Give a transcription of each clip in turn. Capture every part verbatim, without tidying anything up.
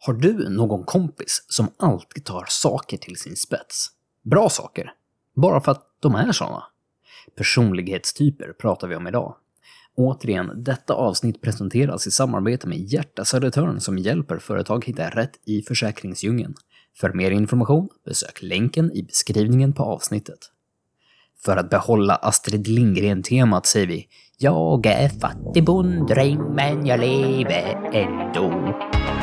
Har du någon kompis som alltid tar saker till sin spets? Bra saker, bara för att de är såna. Personlighetstyper pratar vi om idag. Återigen, detta avsnitt presenteras i samarbete med Hjärta Södertörn som hjälper företag hitta rätt i försäkringsdjungeln. För mer information, besök länken i beskrivningen på avsnittet. För att behålla Astrid Lindgren-temat säger vi: jag är fattig bonddräng men jag lever ändå.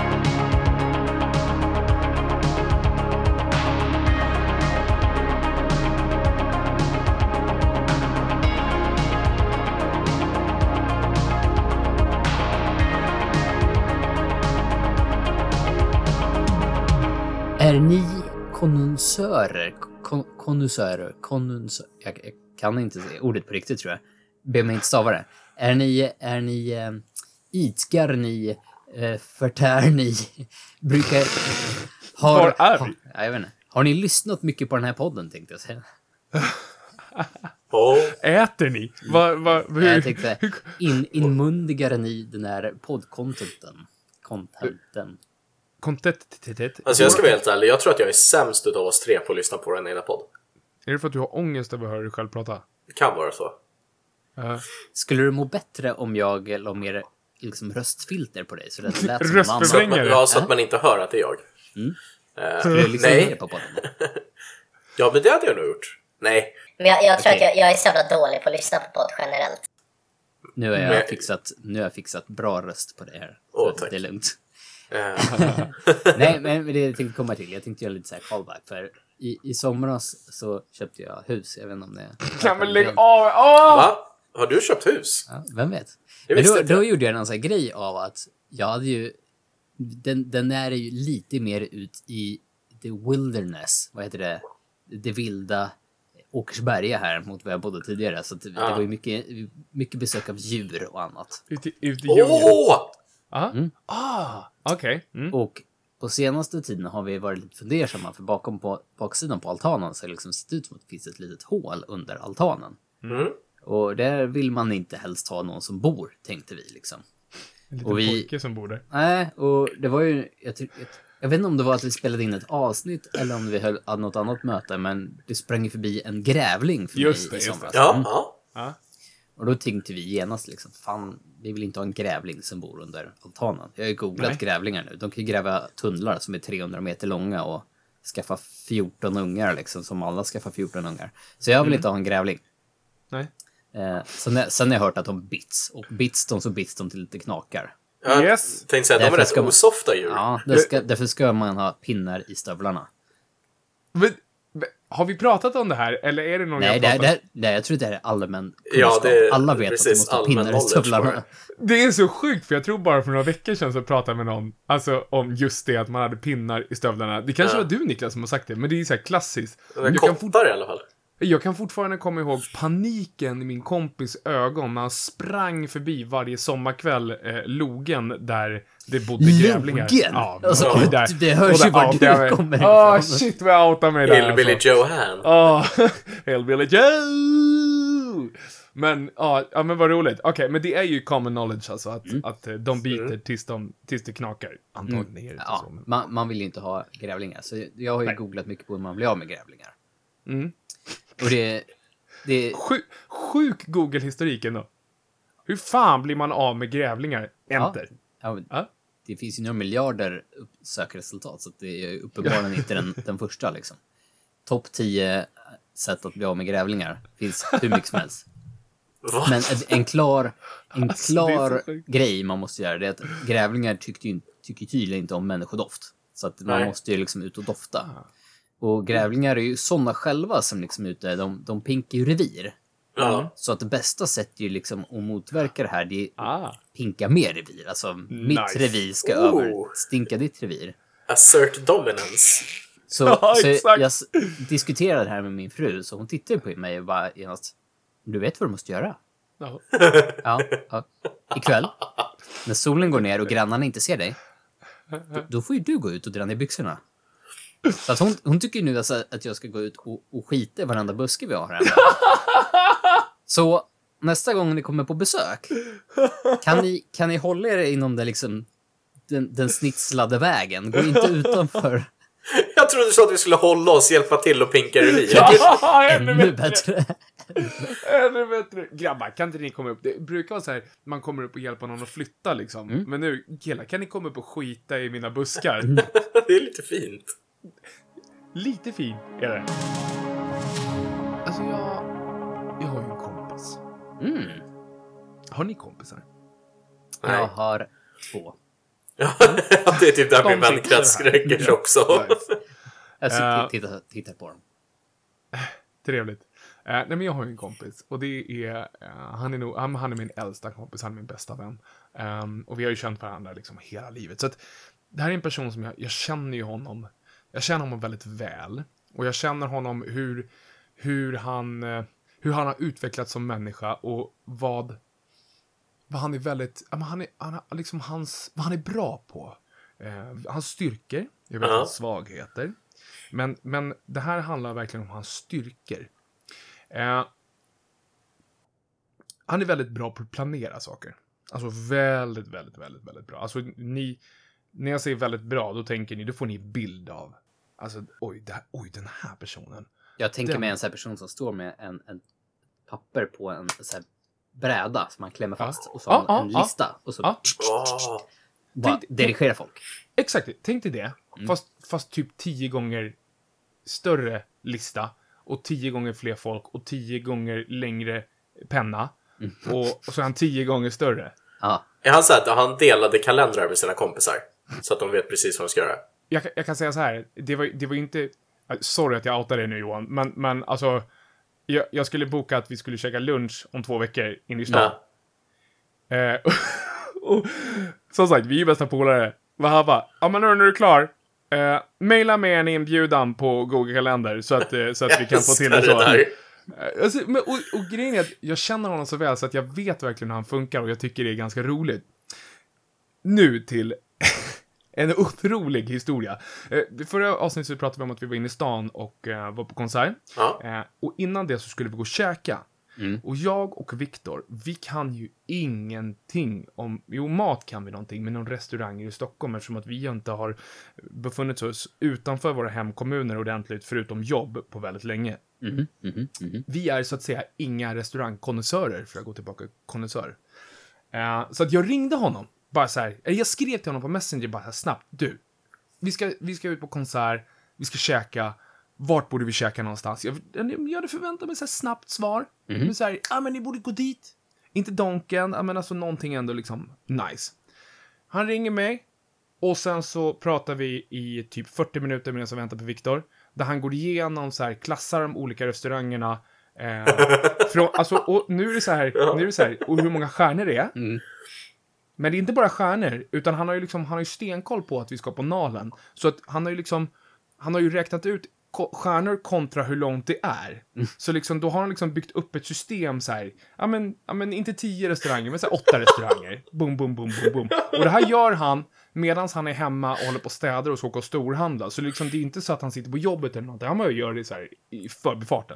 Är ni konnonsörer? Kon- konnonsörer? Konnonsörer? Jag, jag kan inte säga ordet på riktigt, tror jag. Be mig inte stava det. Är ni, är ni äh, itkar ni, äh, förtär ni, brukar... Har, Var är vi? Har, ja, jag vet inte. Har ni lyssnat mycket på den här podden, tänkte jag säga. Oh. Äter ni? Va, va, hur, jag tänkte, in, inmundigar ni den här poddcontenten? Contenten. Kontet. Alltså jag ska vara helt ärlig, jag tror att jag är sämst utav oss tre på att lyssna på den ena podd. Är det för att du har ångest över att höra dig själv prata? Det kan vara så. Uh. Skulle du må bättre om jag la mer liksom, röstfilter på dig? Så det lät som Röstförvrängare? Ja, så att man inte hör att det är jag. Mm. Uh, Skulle du liksom nej. på podden? Ja, men det hade jag nog gjort. Nej. Men jag, jag tror Okej. att jag, jag är så jävla dålig på att lyssna på podd generellt. Nu har jag, Men- fixat, nu har jag fixat bra röst på det här. Åh, Så tack. det är lugnt. Uh, Nej, men det jag tänkte komma till. Jag tänkte göra lite så här callback. För i, i somras så köpte jag hus. Jag vet inte om det... Kan vi lägga av? Åh! va? Har du köpt hus? Ja, vem vet? Det Men visste då, inte då jag. gjorde jag en sån här grej av att jag hade ju... Den, den är ju lite mer ut i the wilderness. Vad heter det? Det vilda Åkersberga här mot vad jag bodde tidigare. Så att det, Ja. det var ju mycket, mycket besök av djur och annat. Ute ut i djungeln. Åh! Ah, Mm. ah okej. Okay. Mm. Och på senaste tiden har vi varit lite fundersamma, för bakom på baksidan på altanen så har det liksom sett ut som att det finns ett litet hål under altanen. Mm. Och där vill man inte helst ha någon som bor, tänkte vi liksom. En liten Och vi- pojke som bor där. Nej, och det var ju... Jag, ty- jag, jag vet inte om det var att vi spelade in ett avsnitt eller om vi höll något annat möte, men det sprang ju förbi en grävling för Just mig det, i just somras. Ja, Mm. ja. Ah. Och då tänkte vi genast liksom, fan, vi vill inte ha en grävling som bor under altanen. Jag har ju googlat Nej. grävlingar nu. De kan ju gräva tunnlar som är trehundra meter långa och skaffa fjorton ungar liksom, som alla skaffar fjorton ungar. Så jag vill inte ha en grävling. Nej. Eh, sen, har- sen har jag hört att de bits. Och bits de så bits de till lite knakar. Jag Yes. tänkte säga att de är Därför rätt ska man- osofta djur. Ja, det ska, därför ska man ha pinnar i stövlarna. Men, men, har vi pratat om det här? Eller är det någon Nej, jag det, pratat? det, det, jag tror det är allmän Ja, kunskap. det är Alla vet precis att de måste ha allmän pinnar i knowledge på stövlarna. det. Det är så sjukt, för jag tror bara för några veckor sedan så pratade jag med någon alltså om just det, att man hade pinnar i stövlarna. Det kanske Ja. var du, Niklas, som har sagt det, men det är så här klassiskt. De är Du kan fort- kottar i alla fall. Jag kan fortfarande komma ihåg paniken i min kompis ögon när han sprang förbi varje sommarkväll eh, logen där det bodde grävlingar. Logen? Ja, Alltså, och det- där- det hörs och där ju vart outade jag du mig. kommer Åh, ifrån. shit vad jag outar mig där. Hillbilly alltså. Johan. Ja, Hillbilly Joe! Men, ja, ja, men vad roligt. Okej, men det är ju common knowledge alltså att, Mm. att eh, de biter tills, de, tills det knakar. Antagligen är det inte Ja, så. Men... man, man vill ju inte ha grävlingar. Så jag har ju Nej. googlat mycket på hur man blir av med grävlingar. Mm. Och det... det Sjuk, sjuk Google-historik ändå. Hur fan blir man av med grävlingar? Enter. ja, men Ja. det finns ju några miljarder upp- sökresultat, så att det är ju uppenbarligen inte den, den första liksom. Topp tio sätt att bli av med grävlingar finns hur mycket som helst. Va? Men en, en klar, en Alltså, det är så klar sjukt. grej man måste göra, det är att grävlingar tyckte ju, tycker tydligen inte om människodoft. Så att man Nej. måste ju liksom ut och dofta. Ah. Och grävlingar är ju sådana själva som liksom är ute, de, de pinkar ju revir. Ja. Så att det bästa sättet ju liksom att motverka det här, det är att Ah. pinka mer revir. Alltså, mitt Nice. revir ska Oh. överstinka ditt revir. Assert dominance. Så, Ja, så exakt. jag s- diskuterade det här med min fru, så hon tittade på mig och bara genast, du vet vad du måste göra? Ja. Ja, ja. Ikväll, när solen går ner och grannarna inte ser dig, då, då får ju du gå ut och dra ner byxorna. Så att hon, hon tycker ju nu alltså att jag ska gå ut och, och skita i varenda buske vi har här. Så nästa gång ni kommer på besök, kan ni, kan ni hålla er inom det liksom den, den snitslade vägen. Gå inte utanför. Jag trodde så att vi skulle hålla oss, hjälpa till och pinka revir. Ja, ännu Ännu bättre. bättre. Ännu bättre. Grabbar, kan inte ni komma upp? Det brukar vara så här, man kommer upp och hjälpa någon att flytta liksom. Mm. Men nu, killar, kan ni komma upp och skita i mina buskar? Det är lite fint. Lite fin är det. Alltså jag, jag har ju en kompis. Mm. Har ni kompisar? Nej. Jag har två. Ja, det är typ där De min sitter vänkrets här. skräckers Ja. också. Nice. Jag sitter, Uh, tittar, tittar på dem. Trevligt. Uh, nej, men jag har ju en kompis. Och det är, uh, han är nog, han, han är min äldsta kompis, han är min bästa vän. Um, och vi har ju känt varandra liksom hela livet. Så att det här är en person som jag, jag känner ju honom. Jag känner honom väldigt väl. Och jag känner honom hur, hur han, uh, hur han har utvecklats som människa och vad, vad han är väldigt, ja, men han är, han har liksom hans, vad han är bra på. Uh, hans styrkor, jag vet Ja. hans svagheter. Men, men det här handlar verkligen om hans styrkor. Uh, han är väldigt bra på att planera saker. Alltså väldigt, väldigt, väldigt, väldigt bra. Alltså ni, när jag säger väldigt bra, då tänker ni, då får ni bild av, alltså oj, det här, oj den här personen. Jag tänker Den- mig en sån här person som står med en, en papper på en så här bräda som man klämmer Ja. fast. Och så Ja, har ja, en ja. lista. Och så Ja. Åh, bara Tänk- dirigerar folk. Exakt, tänk dig det. Mm. Fast, fast typ tio gånger större lista. Och tio gånger fler folk. Och tio gånger längre penna. Mm. Och, och så är han tio gånger större. Ja. är han så att han delade kalendrar med sina kompisar? Så att de vet precis vad de ska göra. Jag, jag kan säga så här. Det var, det var inte... äh, Sorry att jag outade dig nu, Johan. Men, men alltså... Jag, jag skulle boka att vi skulle käka lunch om två veckor in i stan. Ja. Eh, och, som sagt, vi är ju bästa polare. Vad han bara, ja men nu när du är klar. Eh, maila med en inbjudan på Google Kalender så att, eh, så att vi kan få till det älskar så. där. Eh, alltså, men, och, och grejen är att jag känner honom så väl så att jag vet verkligen hur han funkar och jag tycker det är ganska roligt. Nu till en otrolig historia. Eh, I förra avsnittet så pratade vi om att vi var inne i stan och eh, var på konsert. Ja. Eh, och innan det så skulle vi gå och käka. Mm. Och jag och Viktor, vi kan ju ingenting om... Jo, mat kan vi någonting, men någon restauranger i Stockholm eftersom att vi inte har befunnit oss utanför våra hemkommuner ordentligt förutom jobb på väldigt länge. Mhm, mhm, mhm. Vi är så att säga inga restaurangkonnässörer, för att gå tillbaka konnässör. Eh, så att jag ringde honom, bara så här, eller jag skrev till honom på Messenger bara så här snabbt. Du, vi ska, vi ska ut på konsert, vi ska käka. Vart borde vi käka någonstans? Jag, jag hade förväntat mig så här snabbt svar. Mhm. Men så här, ja men ni borde gå dit. Inte Donken, ja men alltså någonting ändå liksom nice. Han ringer mig. Och sen så pratar vi i typ fyrtio minuter medan jag väntar på Viktor. Där han går igenom så här, klassar de olika restaurangerna. Eh, från, alltså, och nu är det så här, nu är det så här, och hur många stjärnor det är. Mm. Men det är inte bara stjärnor, utan han har ju liksom, han har ju stenkoll på att vi ska på Nalen. Så att han har ju liksom, han har ju räknat ut ko- stjärnor kontra hur långt det är. Så liksom, då har han liksom byggt upp ett system så här, ja men, ja men inte tio restauranger, men så här åtta restauranger. Boom, boom, boom, boom, boom. Och det här gör han medan han är hemma och håller på och städar och så åker och storhandla. Så liksom, det är inte så att han sitter på jobbet eller något. Han bara gör det så här i förbifarten.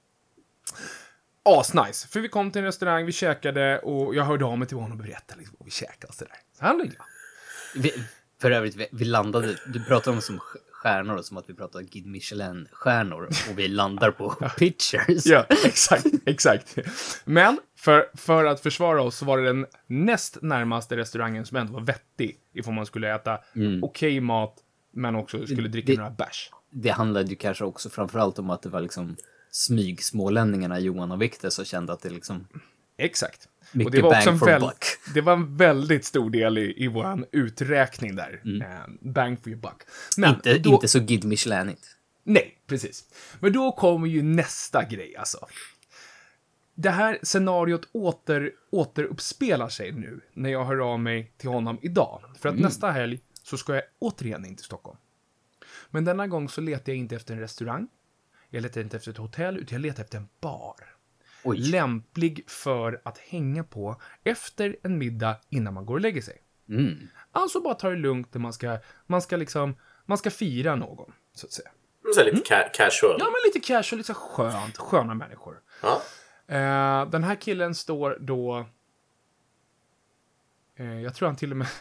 Asnice. För vi kom till en restaurang, vi käkade och jag hörde av mig till honom och berättade liksom, och vi käkade och sådär. Så han blev glad. Vi, för övrigt, vi, vi landade... Du pratade om som sk- stjärnor, som att vi pratade om Guide Michelin-stjärnor. Och vi landar på pictures. Ja, exakt, exakt. Men för, för att försvara oss så var det den näst närmaste restaurangen som ändå var vettig. Ifall man skulle äta Mm. okej mat, men också skulle dricka Det- några bärs. Det handlade ju kanske också framförallt om att det var liksom smygsmålänningarna, Johan och Victor, som kände att det liksom... Exakt. Mycket och det var också bang en, for väl, buck. det var en väldigt stor del i, i våran uträkning där. Mm. Eh, bang for your buck. Men Inte, då, inte så Guide Michelin-igt. Nej, precis. Men då kommer ju nästa grej alltså. Det här scenariot åter, återuppspelar sig nu när jag hör av mig till honom idag. För att Mm. nästa helg så ska jag återigen in till Stockholm. Men denna gång så letar jag inte efter en restaurang. Jag letar inte efter ett hotell, utan jag letar efter en bar. Oj. Lämplig för att hänga på efter en middag innan man går och lägger sig. Mm. Alltså bara ta det lugnt när man ska, man ska liksom, man ska fira någon, så att säga. Så här lite ca- casual. Ja, men lite casual, lite så skönt, sköna människor. Ja. Eh, den här killen står då... Eh, jag tror han till och med...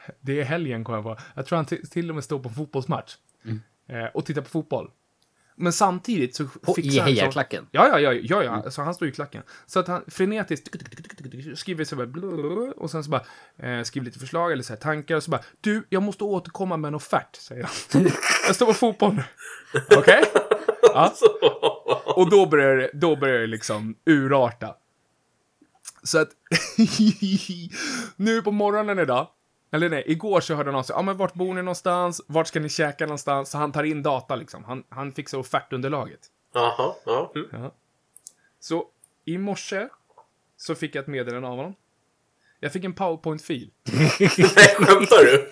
det är helgen, kommer jag på. Jag tror han t- till och med står på en fotbollsmatch. Mm. Eh, och tittar på fotboll. Men samtidigt så På, i fixar han... hejarklacken? Ja, ja, ja, ja, ja. Mm. Så han står i klacken. Så att han frenetiskt skriver så bara... Och sen så bara eh, skriver lite förslag eller så här tankar. Och så bara, du, jag måste återkomma med en offert, säger han. Jag står på fotboll nu. Okej? Okay? Ja. Och då börjar det, då börjar det liksom urarta. Så att nu på morgonen idag, eller nej, igår så hörde någon säga, ja men vart bor ni någonstans? Vart ska ni käka någonstans? Så han tar in data liksom. Han, han fixar offertunderlaget. Jaha, ja. Mm. Ja. Så i morse så fick jag ett meddelande av honom. Jag fick en PowerPoint-fil. Nej, skämtar du?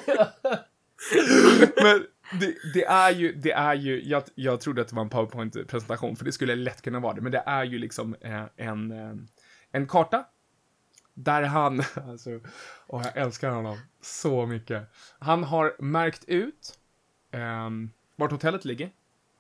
Men det, det är ju, det är ju jag, jag trodde att det var en PowerPoint-presentation, för det skulle lätt kunna vara det. Men det är ju liksom eh, en, eh, en karta där han, alltså, och jag älskar honom så mycket. Han har märkt ut eh, vart hotellet ligger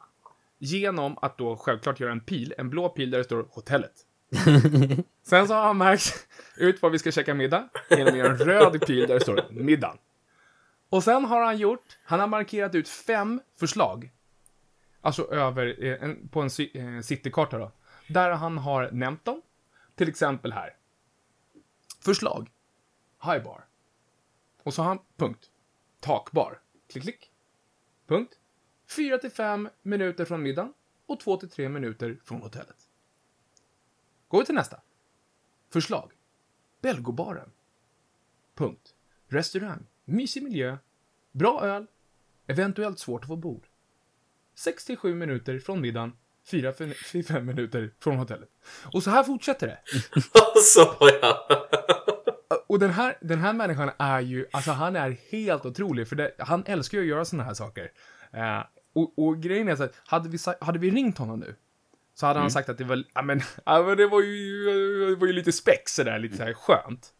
genom att då självklart göra en pil, en blå pil där det står hotellet. Sen så har han märkt ut vad vi ska käka middag genom att göra en röd pil där det står middag. Och sen har han gjort, han har markerat ut fem förslag. Alltså över, eh, en, på en eh, citykarta då. Där han har nämnt dem. Till exempel här. Förslag. High bar. Och så har han, punkt. Takbar. Klick, klick. Punkt. Fyra till fem minuter från middagen. Och två till tre minuter från hotellet. Går vi till nästa. Förslag. Belgobaren. Punkt. Restaurang. Mysig miljö. Bra öl. Eventuellt svårt att få bord. sex till sju minuter från middagen. fyra till fem minuter från hotellet. Och så här fortsätter det. Så ja. Och den här, den här människan är ju, alltså han är helt otrolig. För det, han älskar ju att göra såna här saker. Uh, och, och grejen är så att hade vi, hade vi ringt honom nu, så hade mm. han sagt att det var, ja men, ja, men det var ju, det var ju lite spex sådär, lite så här skönt.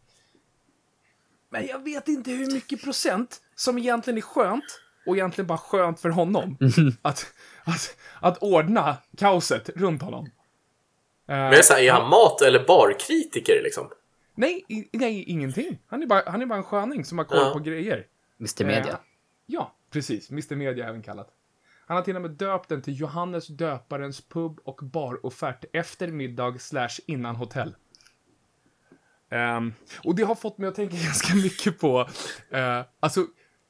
Men jag vet inte hur mycket procent som egentligen är skönt och egentligen bara skönt för honom. Mm. Att, att, att ordna kaoset runt honom. Men jag säger, är han mat- eller barkritiker liksom? Nej, i, nej, ingenting. Han är, bara, han är bara en sköning som har koll ja. på grejer. mister Media. Uh, ja, precis. mister Media även kallat. Han har till och med döpt den till Johannes Döparens pub- och baroffert efter middag slash innan hotell. Um, och det har fått mig att tänka ganska mycket på uh, alltså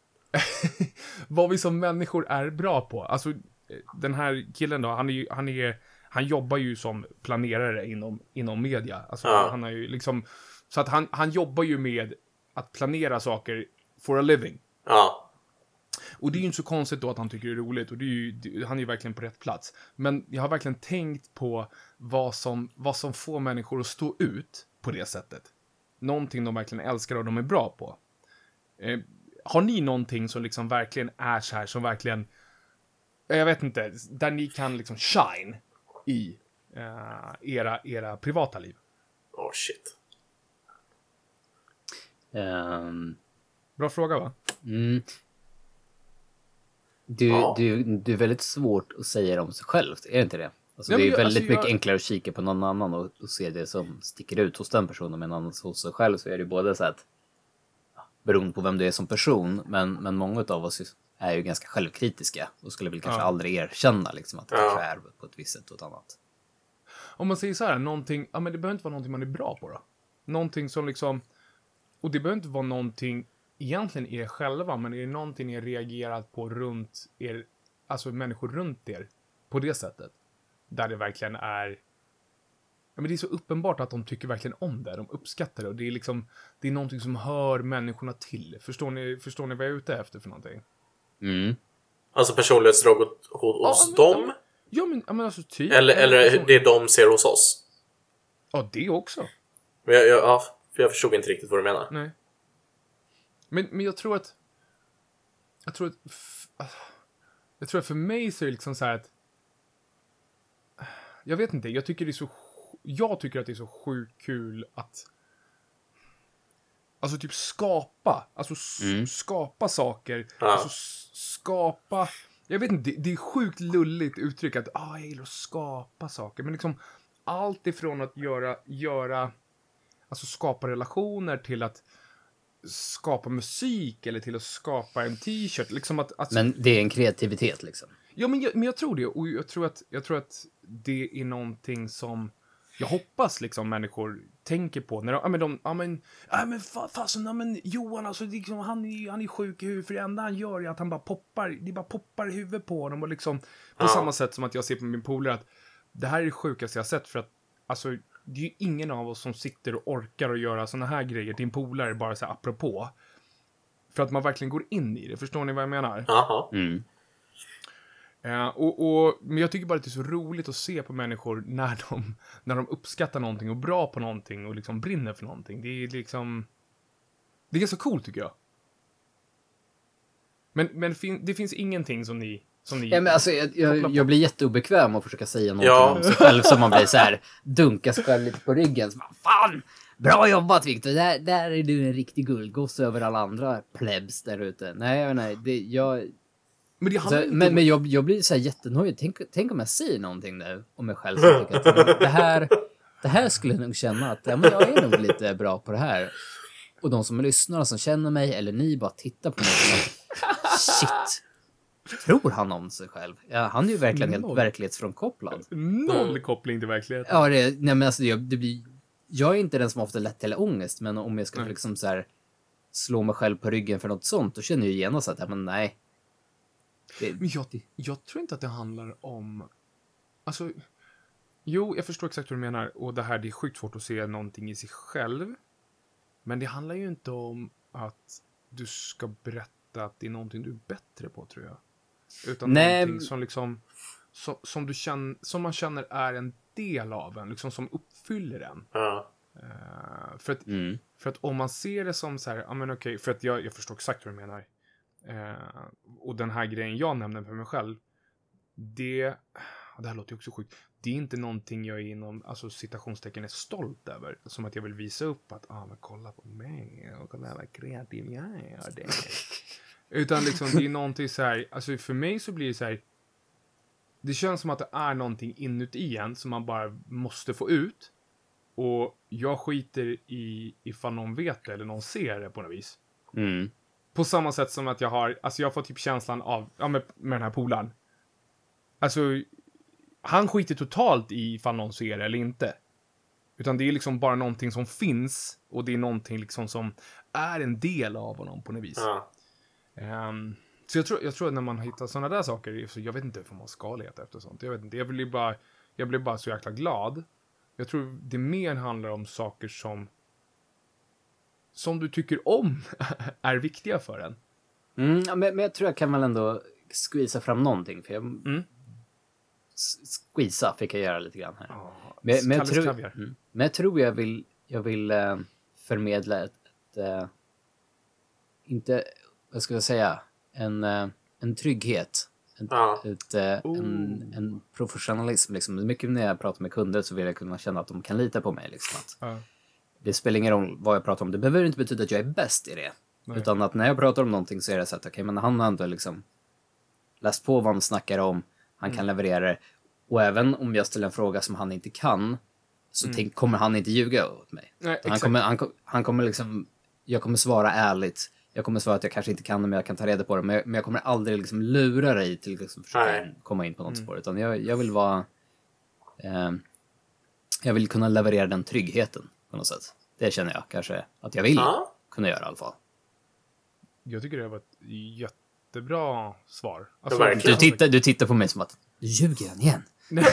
vad vi som människor är bra på. Alltså den här killen då, han är ju, han är han jobbar ju som planerare inom inom media. Alltså ja. han har ju liksom, så att han han jobbar ju med att planera saker for a living. Ja. Och det är ju inte så konstigt då att han tycker det är roligt. Och det är ju, det, han är ju verkligen på rätt plats. Men jag har verkligen tänkt på vad som, vad som får människor att stå ut på det sättet. Någonting de verkligen älskar och de är bra på. Eh, har ni någonting som liksom verkligen är så här, som verkligen, jag vet inte, där ni kan liksom shine i eh, era, era privata liv? Åh, oh, shit. Um... Bra fråga, va? Mm. Du, ja. du, du är väldigt svårt att säga det om sig själv, är det inte det? Alltså, ja, det är jag, väldigt alltså, mycket jag... enklare att kika på någon annan och, och se det som sticker ut hos den personen, men annars hos sig själv så är det både så att, beroende på vem du är som person, men, men många av oss är ju ganska självkritiska och skulle väl kanske ja. aldrig erkänna liksom, att det ja. kanske är på ett visst sätt och ett annat. Om man säger så här, någonting, ja men det behöver inte vara någonting man är bra på då. Någonting som liksom, och det behöver inte vara någonting egentligen er själva, men är det någonting ni har reagerat på runt er, alltså människor runt er på det sättet, där det verkligen är, ja men det är så uppenbart att de tycker verkligen om det, de uppskattar det, och det är liksom, det är någonting som hör människorna till. Förstår ni, förstår ni vad jag är ute efter för någonting? Mm. Alltså personlighetsdrag hos, hos ja, dem? Ja men, ja, men alltså typ. Eller, eller person... det de ser hos oss? Ja, det också. Men jag, jag, ja, för jag förstod inte riktigt vad du menar. Nej. Men, men jag tror att jag tror att f- jag tror att för mig så är det liksom så här att jag vet inte, jag tycker det är så jag tycker att det är så sjukt kul att alltså typ skapa, alltså mm. skapa saker, ja. alltså skapa, jag vet inte, det, det är sjukt lulligt uttryck att ah, jag gillar att skapa saker, men liksom allt ifrån att göra göra alltså skapa relationer till att skapa musik eller till att skapa en t-shirt. Liksom att, att... Men det är en kreativitet liksom. Ja, men jag, men jag tror det. Och jag tror, att, jag tror att det är någonting som jag hoppas liksom människor tänker på. När de, ja men de, ja men, ja men fa, fasen, ja men Johan alltså, liksom, han, är, han är sjuk i huvudet. För det enda han gör är att han bara poppar, det bara poppar i huvudet på honom. Och liksom, på Ja. samma sätt som att jag ser på min polare att det här är det sjukaste jag har sett. För att, alltså, det är ju ingen av oss som sitter och orkar att göra såna här grejer. Din polare bara så här apropå. För att man verkligen går in i det. Förstår ni vad jag menar? Jaha. Mm. Uh, och, och, men jag tycker bara att det är så roligt att se på människor när de, när de uppskattar någonting och är bra på någonting och liksom brinner för någonting. Det är liksom... Det är ganska coolt tycker jag. Men, men fin, det finns ingenting som ni... Som ni Ja, men alltså, jag, jag, jag blir jätteobekväm att försöka säga någonting Ja. om sig själv som man blir så här dunka sig själv lite på ryggen. Så man, fan! Bra jobbat Victor! Där, där är du en riktig guldgosse över alla andra plebs där ute. Nej, jag nej, det, jag... Men, det handlar Så, inte men, om- men jag, jag blir så här jättenöjd. Tänk, tänk om jag säger någonting där om mig själv. Så jag tycker att, det, här, det här skulle jag nog känna att ja, men jag är nog lite bra på det här. Och de som lyssnar och som känner mig, eller ni bara tittar på mig som att, shit, tror han om sig själv? Ja, han är ju verkligen helt Noll. verklighetsfrånkopplad. Noll koppling till verkligheten. Ja, det, nej, men alltså, det, det blir, jag är inte den som ofta lätt till ångest, men om jag ska Nej. liksom så här, slå mig själv på ryggen för något sånt, då känner jag ju genast att ja, men nej. Det, Men jag, jag tror inte att det handlar om... Alltså... Jo, jag förstår exakt hur du menar. Och det här, det är sjukt svårt att se någonting i sig själv. Men det handlar ju inte om att du ska berätta att det är någonting du är bättre på, tror jag. Utan Nej. någonting som liksom... Som, som, du känner, som man känner är en del av en. Liksom som uppfyller en. Ja. Uh, för, att, mm. för att om man ser det som så här... Ja, men okej. För att jag, jag förstår exakt hur du menar. Uh, och den här grejen jag nämnde för mig själv. Det... Det här låter ju också sjukt. Det är inte någonting jag är inom, alltså citationstecken är stolt över. Som att jag vill visa upp att, ah men kolla på mig och kolla vad kreativ jag är. Det. Utan liksom det är någonting så här, alltså för mig så blir det så här, det känns som att det är någonting inuti en som man bara måste få ut. Och jag skiter i ifall någon vet det eller någon ser det på något vis. Mm. På samma sätt som att jag har, alltså jag får typ känslan av, ja med, med den här polaren. Alltså, han skiter totalt i ifall någon ser det eller inte. Utan det är liksom bara någonting som finns. Och det är någonting liksom som är en del av honom på något vis. Ja. Um, så jag tror, jag tror att när man hittar sådana där saker. Så jag vet inte hur man ska leta efter sånt. Jag vet inte, jag blir bara, jag blir bara så jäkla glad. Jag tror det mer handlar om saker som som du tycker om är viktiga för en. Mm, ja, men, men jag tror jag kan väl ändå squeeza fram någonting. För jag, Mm. s- squeeza fick jag göra lite grann här. Oh, Men, men, jag, Kalles tror, kaviar. mm, men jag tror jag vill, jag vill eh, förmedla ett, ett eh, inte, vad ska jag säga, en, eh, en trygghet. Ett, Ja. ett, eh, en, en professionalism. Liksom. Mycket när jag pratar med kunder så vill jag kunna känna att de kan lita på mig. Liksom, att Ja. det spelar ingen roll vad jag pratar om. Det behöver inte betyda att jag är bäst i det. Nej. Utan att när jag pratar om någonting så är det så att okej, men han har ändå liksom läst på vad han snackar om. Han kan leverera det. Och även om jag ställer en fråga som han inte kan så tänk, kommer han inte ljuga åt mig. Nej, Han exakt. kommer, han, ko- han kommer liksom, jag kommer svara ärligt. Jag kommer svara att jag kanske inte kan det, men jag kan ta reda på det. Men jag, men jag kommer aldrig liksom lura dig till att liksom försöka Nej. komma in på något spår. Utan jag, jag vill vara... Eh, jag vill kunna leverera den tryggheten på något sätt. Det känner jag kanske att jag vill Ja. kunna göra i alla fall. Jag tycker det var ett jättebra svar. Alltså, verkligen. Du tittar, du tittar på mig som att, du ljuger han igen.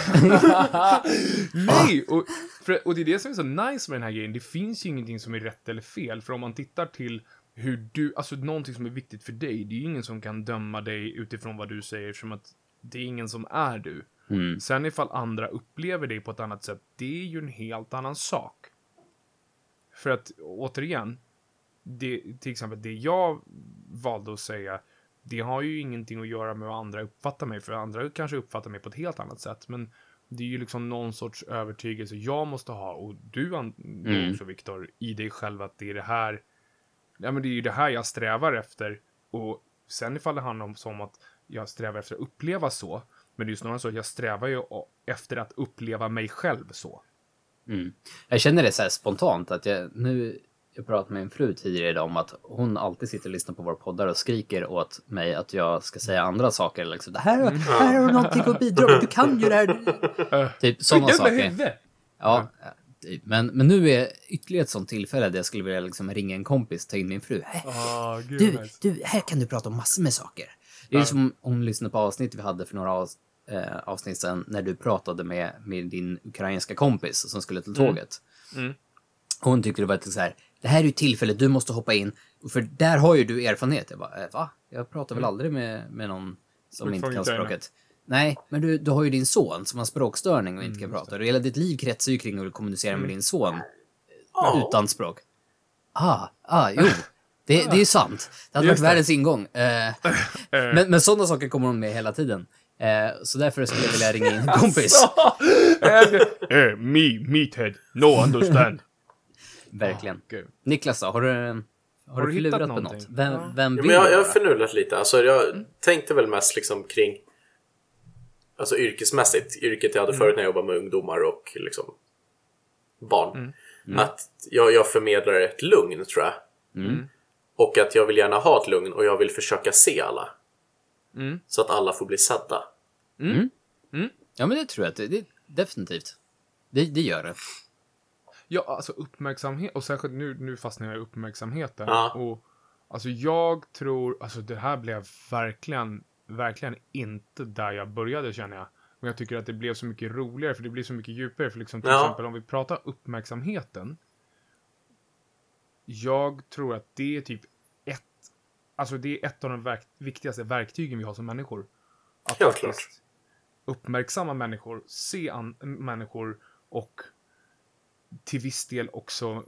Nej! Och, för, och det är det som är så nice med den här grejen. Det finns ju ingenting som är rätt eller fel. För om man tittar till hur du, alltså någonting som är viktigt för dig. Det är ju ingen som kan döma dig utifrån vad du säger. Som att det är ingen som är du. Mm. Sen ifall andra upplever dig på ett annat sätt. Det är ju en helt annan sak. För att återigen. Det, till exempel det jag valde att säga. Det har ju ingenting att göra med vad andra uppfattar mig. För andra kanske uppfattar mig på ett helt annat sätt. Men det är ju liksom någon sorts övertygelse jag måste ha. Och du mm. också, Viktor, i dig själv att det är det här. Ja, men det är ju det här jag strävar efter. Och sen ifall det handlar om som att jag strävar efter att uppleva så. Men det är ju snarare så att jag strävar ju efter att uppleva mig själv så. Mm. Jag känner det så här spontant att jag nu... jag pratade med min fru tidigare idag om att hon alltid sitter och lyssnar på våra poddar och skriker åt mig att jag ska säga andra saker. Liksom, det här, här har du någonting att bidra med, du kan ju det här. Typ sådana saker. Ja, men, men nu är ytterligare ett sånt tillfälle där jag skulle vilja liksom ringa en kompis, ta in min fru. Oh, du, du, här kan du prata om massor med saker. Det är ja. Som om du lyssnar på avsnitt vi hade för några av, eh, avsnitt sedan när du pratade med, med din ukrainska kompis som skulle till tåget. Mm. Mm. Hon tyckte det var ett så här, det här är ju tillfället, du måste hoppa in. För där har ju du erfarenhet. Jag bara, va? Jag pratar väl aldrig med, med någon som inte kan språket. Nej, men du, du har ju din son som har språkstörning och inte kan mm, prata. Hela ditt liv kretsar ju kring att kommunicera mm. med din son oh. utan språk. Ah, ah, jo. Det, det är ju sant. Det hade Just varit det. Världens ingång. Eh, men, men sådana saker kommer hon med hela tiden. Eh, så därför skulle jag vilja ringa in en kompis. uh, me, meathead, no understand. Verkligen. Oh, Niklas då, har du, har har du du förlurat på något? Vem, ja. vem vill ja, men jag, jag har förnulat lite. Alltså, jag mm. tänkte väl mest liksom kring alltså yrkesmässigt. Yrket jag hade mm. förut när jag jobbade med ungdomar och liksom barn. Mm. Mm. Att jag, jag förmedlar ett lugn, tror jag. Mm. Och att jag vill gärna ha ett lugn och jag vill försöka se alla. Mm. Så att alla får bli sedda. Mm. Mm. Ja, men det tror jag att det, det definitivt. Det, det gör det. Ja, alltså uppmärksamhet. Och särskilt nu, nu fastnar jag i uppmärksamheten. Ja. Och alltså jag tror, alltså det här blev verkligen, verkligen inte där jag började, känner jag. Men jag tycker att det blev så mycket roligare, för det blir så mycket djupare. För liksom till ja. exempel om vi pratar uppmärksamheten. Jag tror att det är typ ett, alltså det är ett av de verk, viktigaste verktygen vi har som människor. Att Helt klart. Uppmärksamma människor, se an, människor och till viss del också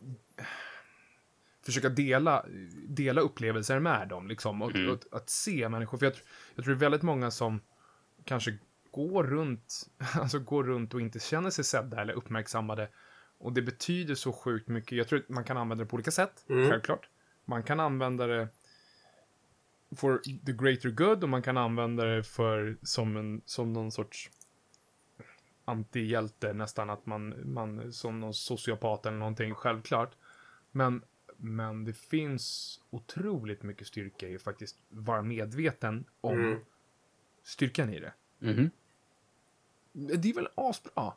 försöka dela, dela upplevelser med dem. Liksom, och, mm. och, att se människor. För jag, jag tror det är väldigt många som kanske går runt, alltså går runt och inte känner sig sedda eller uppmärksammade. Och det betyder så sjukt mycket. Jag tror att man kan använda det på olika sätt, mm. självklart. Man kan använda det for the greater good och man kan använda det för som, en, som någon sorts antihjälte nästan, att man, man som någon sociopat eller någonting, självklart. Men, men det finns otroligt mycket styrka i att faktiskt vara medveten om mm. styrkan i det. Mm. Det är väl asbra.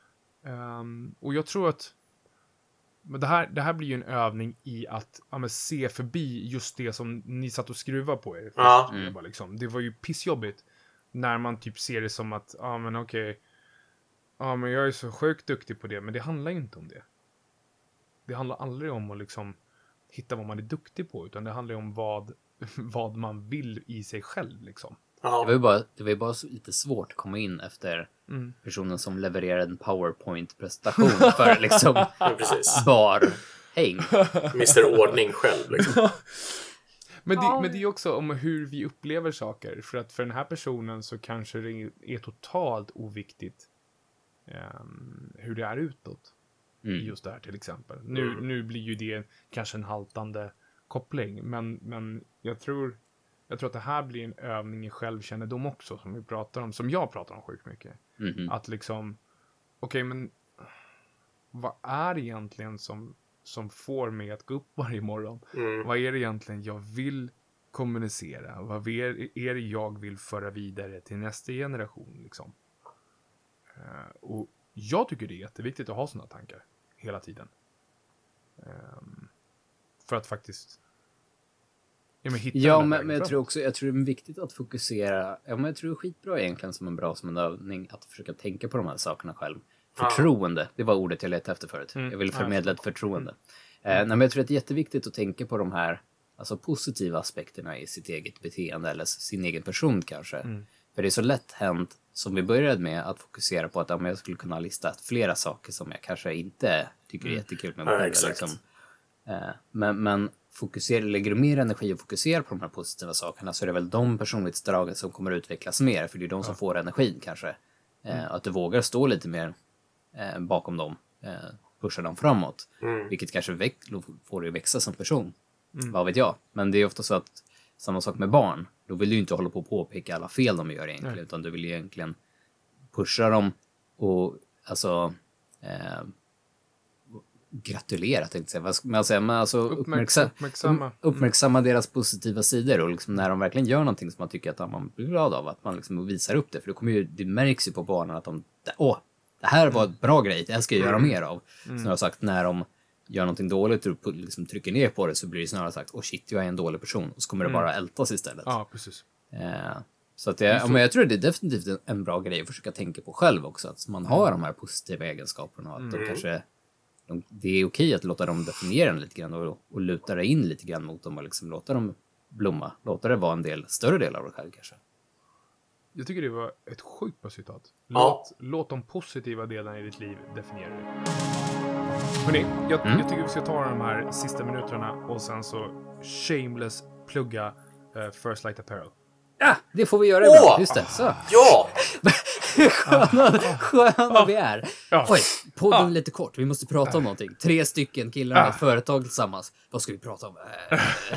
Um, och jag tror att men det, här, det här blir ju en övning i att ja, men se förbi just det som ni satt och skruva på er. Ja. Mm. Det, var liksom, det var ju pissjobbigt när man typ ser det som att ja men okej, okay, ja men jag är så sjukt duktig på det, men det handlar ju inte om det. Det handlar aldrig om att liksom hitta vad man är duktig på, utan det handlar om vad, vad man vill i sig själv liksom. Ja. Det var ju bara, det var ju bara så lite svårt att komma in efter mm. personen som levererade en PowerPoint-presentation för liksom ja, precis. bar häng. mister Ordning själv liksom. men, det, men det är också om hur vi upplever saker. För att för den här personen så kanske det är totalt oviktigt um, hur det är utåt. Mm. I just det här till exempel. Nu, mm. nu blir ju det kanske en haltande koppling. Men, men jag tror jag tror att det här blir en övning i självkännedom också, som vi pratar om, som jag pratar om sjukt mycket. Mm. Att liksom, okej okay, men vad är det egentligen som, som får mig att gå upp varje morgon? Mm. Vad är det egentligen jag vill kommunicera? Vad är, är det jag vill föra vidare till nästa generation liksom? Uh, och jag tycker det är jätteviktigt att ha sådana tankar hela tiden. Um, för att faktiskt ja, men, hitta ja men, men jag tror också jag tror det är viktigt att fokusera. Ja, men jag tror det är skitbra egentligen som en bra som en övning att försöka tänka på de här sakerna själv. Förtroende, det var ordet jag letade efter förut. Mm. Jag vill förmedla ett förtroende. Mm. Eh, nej, men jag tror att det är jätteviktigt att tänka på de här alltså positiva aspekterna i sitt eget beteende eller sin egen person kanske. Mm. För det är så lätt hänt, som vi började med, att fokusera på att ja, jag skulle kunna lista flera saker som jag kanske inte tycker är mm. jättekul med mig själv. Ja, liksom. eh, men, men fokusera, lägger du mer energi och fokuserar på de här positiva sakerna, så är det väl de personlighetsdragen som kommer att utvecklas mer. För det är de som ja. får energin kanske. Eh, mm. Att du vågar stå lite mer eh, bakom dem. Eh, pusha dem framåt. Mm. Vilket kanske väck- får dig växa som person. Mm. Vad vet jag. Men det är ofta så att samma sak med barn. Då vill du inte hålla på och påpeka alla fel de gör egentligen. Nej. Utan du vill egentligen pusha dem och alltså eh, gratulera, tänkte jag säga. Vad ska man säga? Men alltså Uppmärksa- uppmärksa- uppmärksamma. um, uppmärksamma deras positiva sidor och liksom när de verkligen gör någonting som man tycker att man blir glad av, att man liksom visar upp det. För det, kommer ju, det märks ju på barnen att de, åh, det här var ett bra grej, det här ska jag göra mer av. Mm. Snarare sagt, när de gör någonting dåligt och liksom trycker ner på det, så blir det snarare sagt, åh shit, jag är en dålig person. Och så kommer det bara ältas istället. Ja, precis. Eh, så att det, men jag tror det är definitivt en, en bra grej att försöka tänka på själv också. Att man har de här positiva egenskaperna. Och att de kanske, de, det är okej att låta dem definiera den lite grann. Och, och luta det in lite grann mot dem. Och liksom låta dem blomma. Låta det vara en del, större del av det själv kanske. Jag tycker det var ett sjukt bra citat. Låt, Ja. låt de positiva delarna i ditt liv definiera det. Hörrni, jag, Mm. jag tycker vi ska ta de här sista minuterna och sen så shameless plugga uh, First Light Apparel. Ja, det får vi göra Åh! ibland. Just det, så. Ja! Sköna, sköna vi är. Ja. Oj, podden Ja. är lite kort. Vi måste prata om någonting. Tre stycken killar med Ja. ett företag tillsammans. Vad ska vi prata om? Äh,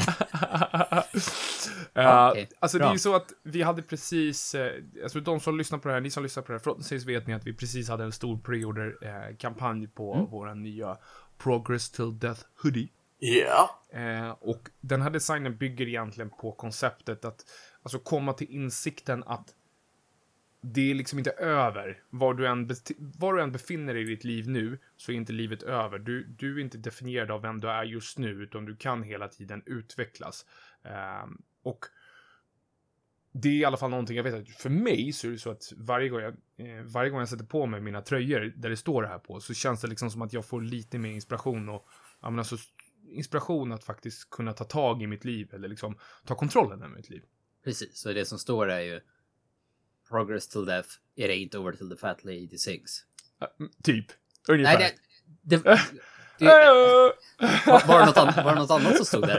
Uh, Okej, alltså bra. det är ju så att vi hade precis, uh, alltså de som lyssnar på det här, ni som lyssnar på det här, förhoppningsvis vet ni att vi precis hade en stor pre-order-kampanj på Mm. våra nya Progress till Death hoodie. Ja. Eh, och den här designen bygger egentligen på konceptet att alltså komma till insikten att det är liksom inte över. Var du än, bet- var du än befinner dig i ditt liv nu så är inte livet över. Du, du är inte definierad av vem du är just nu, utan du kan hela tiden utvecklas. Eh, och det är i alla fall någonting jag vet att för mig så är det så att varje gång jag, eh, varje gång jag sätter på mig mina tröjor där det står det här på, så känns det liksom som att jag får lite mer inspiration och ja, men alltså, inspiration att faktiskt kunna ta tag i mitt liv eller liksom ta kontrollen över mitt liv. Precis, så det som står är ju Progress till death, it ain't over till the fat lady sings. Uh, typ. Ungefär. Nej, det... det, det var, var, det något annat, var det något annat som stod där?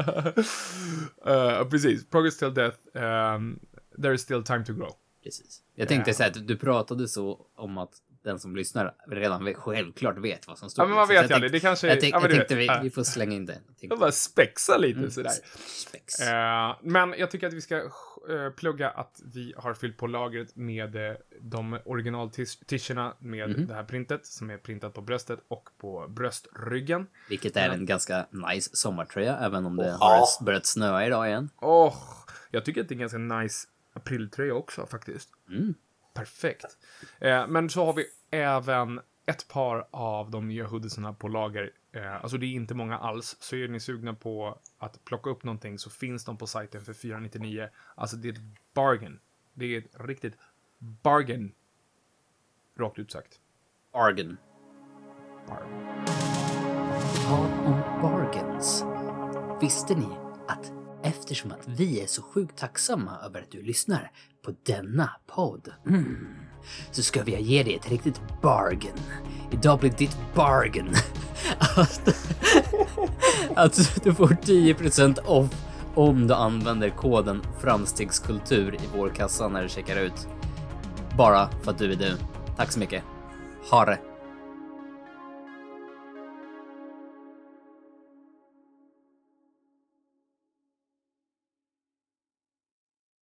Eller? uh, precis. Progress till death. Um, there is still time to grow. Precis. Jag tänkte säga att du pratade så om att den som lyssnar redan vet, självklart vet vad som står. Ja, men man Så vet jag ju aldrig. Det kanske... Jag, tänk, ja, men jag du tänkte vet. vi, vi får slänga in det. Jag bara spexa lite Mm, sådär. Spex. Uh, men jag tycker att vi ska uh, plugga att vi har fyllt på lagret med uh, de original-tischerna med Mhm. det här printet som är printat på bröstet och på bröstryggen. Vilket är en ganska nice sommartröja, även om det Ja. har börjat snöa idag igen. Åh, jag tycker att det är en ganska nice apriltröja också faktiskt. Mm. Perfekt. Eh, men så har vi även ett par av de nya hoodiesarna på lager. Eh, alltså det är inte många alls. Så är ni sugna på att plocka upp någonting så finns de på sajten för fyra nittionio. Alltså det är ett bargain. Det är ett riktigt bargain. Rakt ut sagt. Argon. Bargain. Tal om bargains. Visste ni att eftersom att vi är så sjukt tacksamma över att du lyssnar på denna podd, mm, så ska vi ge dig ett riktigt bargain. Idag blir ditt bargain att, att du får tio procent off om du använder koden framstegskultur i vår kassa när du checkar ut. Bara för att du är du. Tack så mycket. Ha det!